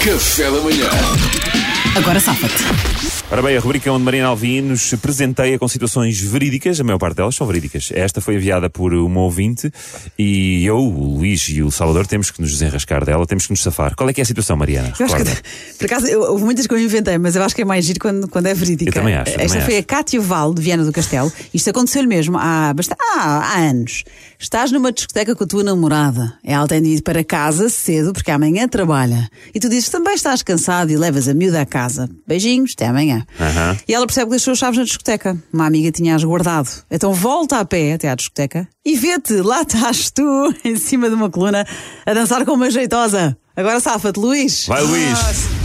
Café da manhã. Agora safa-te. Ora bem, a rubrica onde Mariana Alvim nos presenteia com situações verídicas, a maior parte delas são verídicas. Esta foi enviada por uma ouvinte e eu, o Luís e o Salvador temos que nos desenrascar dela, temos que nos safar. Qual é que é a situação, Mariana? Eu acho que, por acaso, houve muitas que eu inventei, mas eu acho que é mais giro quando é verídica. Eu também acho. Esta foi a Cátia Val, de Viana do Castelo. Isto aconteceu-lhe mesmo há anos. Estás numa discoteca com a tua namorada. Ela tem de ir para casa cedo porque amanhã trabalha. E tu dizes também estás cansado e levas a miúda a casa. Beijinhos, até amanhã. E ela percebe que deixou as chaves na discoteca. Uma amiga tinha-as guardado. Então volta a pé até à discoteca e vê-te, lá estás tu, em cima de uma coluna, a dançar com uma jeitosa. Agora safa-te, Luís. Vai, Luís!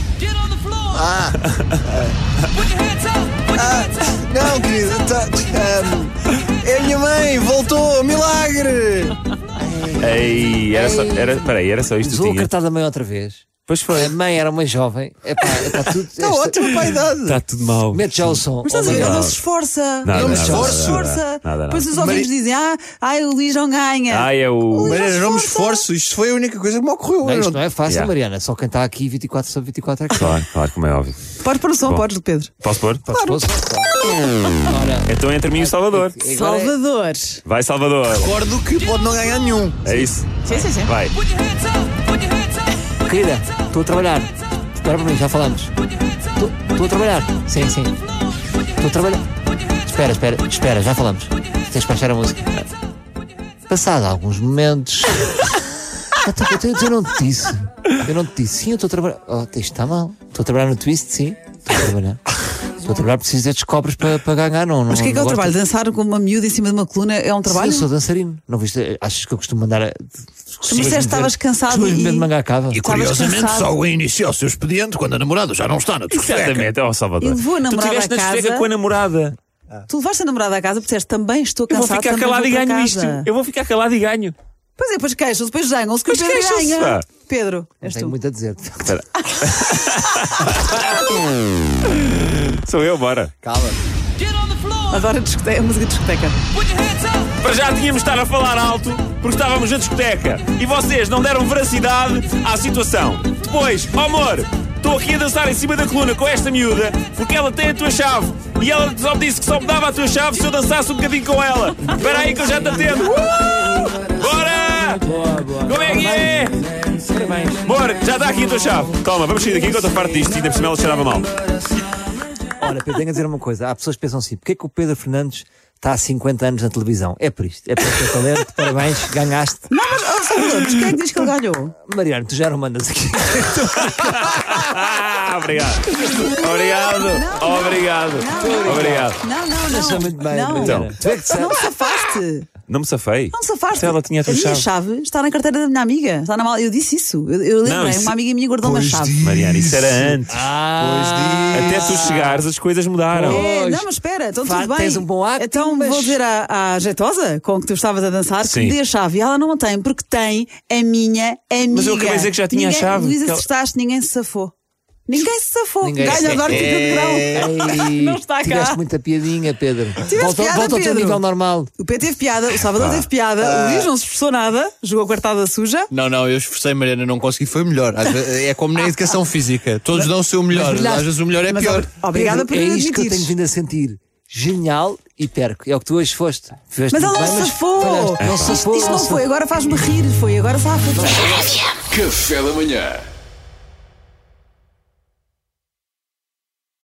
Não, querida, é a minha mãe, voltou, milagre! Ei, era só isto que Usou a tinha. cartada da mãe outra vez. Pois foi. A mãe era uma jovem. Está tudo. Está ótimo para a idade. Está tudo mal. Mete já o som. Mas estás a ver, ele não se esforça. Nada, Ele não se nada, esforça. nada. Depois os ouvintes dizem, o Luís não ganha. É o... Mariana, não me esforço, isto foi a única coisa que me ocorreu. Não, isto não é fácil, Yeah. Mariana. Só quem está aqui 24/24 é que Claro, como é óbvio. Podes pôr o som, Bom. podes, Pedro. Posso pôr? Claro. Então entre mim e o Salvador. Salvador. Vai, Salvador. Recordo que pode não ganhar nenhum. É isso. Sim. Vai. Querida, estou a trabalhar. Espera para mim, já falamos. Estou a trabalhar. Sim. Estou a trabalhar. Espera, já falamos. Tens de baixar a música. Passado alguns momentos. Eu não te disse. Sim, eu estou a trabalhar. Isto está mal. Estou a trabalhar no Twist, sim. Estou a trabalhar, preciso destes cobras para ganhar, não. Mas o que é o gosto. trabalho? Dançar com uma miúda em cima de uma coluna é um trabalho? Sim, eu sou dançarino. Não viste? Achas que eu costumo mandar. Tu me disseste que estavas cansado Costumas de manga cava. E Estavas curiosamente cansado. só iniciou o seu expediente quando a namorada já não está na discoteca. Exatamente, Salvador. Ele levou a namorada tu estiveste à na discoteca casa. com a namorada. Tu levaste a namorada à casa porque disseste também estou Eu vou cansado. ficar também calado e vou para ganho casa. isto. Eu vou ficar calado e ganho. Pois é, depois queixam, depois zangam-se que o Pois Pedro queixam-se, ganha. pá. Pedro, és Tenho tu. muito a dizer. Espera. Sou eu, bora. Cala. Adoro a música de discoteca. Para já tínhamos de estar a falar alto porque estávamos na discoteca e vocês não deram veracidade à situação. Depois, amor, estou aqui a dançar em cima da coluna com esta miúda porque ela tem a tua chave e ela só me disse que só me dava a tua chave se eu dançasse um bocadinho com ela. Espera aí que eu já te atendo. Bora! Como é que é? Amor, já está aqui a tua chave. Toma, vamos sair daqui que eu estou farto disto e ainda por cima ela cheirava mal. Olha, Pedro, tenho a dizer uma coisa. Há pessoas que pensam assim: porque é que o Pedro Fernandes está há 50 anos na televisão? É por isto. É por teu talento. Parabéns, ganhaste. Não, mas Salvador, mas quem é que diz que ele ganhou? Mariano, tu já não mandas aqui. Obrigado. Não. Sou muito bem, Não. Mariana. Então. Tu é que sabes. Não safaste. Não me safei. Não safaste. Se ela tinha a tua minha chave. chave está na carteira da minha amiga. Está na mala. Eu disse isso. Eu Não, lembrei. isso- Uma amiga minha guardou uma chave. Mariana, isso era antes. Pois Até tu chegares, as coisas mudaram. É, Pois. não, mas espera, então Fá, tudo bem. tens um bom acting, Então mas- vou dizer à jeitosa com que tu estavas a dançar que Sim. me dê a chave. E ela não a tem, porque tem a minha amiga. Mas eu acabei de dizer que já tinha a chave. Luísa, Que se ela- estás, ninguém se safou. Ninguém se safou. Ninguém Ganha se- agora fica de grão. Ei, Não está cá. Tiveste muita piadinha, Pedro. Volta piada, ao teu Pedro. nível normal. O Pedro teve piada, o Salvador teve piada, o Luís não se esforçou nada, jogou quartada suja. Não, eu esforcei, Mariana, não consegui, foi melhor. Às vezes, é como na educação física, todos dão o seu melhor, brilhaste. às vezes o melhor é Mas pior. obrigada Pedro, por é isto que eu admitires. tenho vindo a sentir. Genial e perco. É o que tu hoje foste. Fizeste Mas ele muito não bem, se safou. falhaste. Não se safou. Isto não se foi, agora faz-me rir. Foi, agora safa. Café da manhã.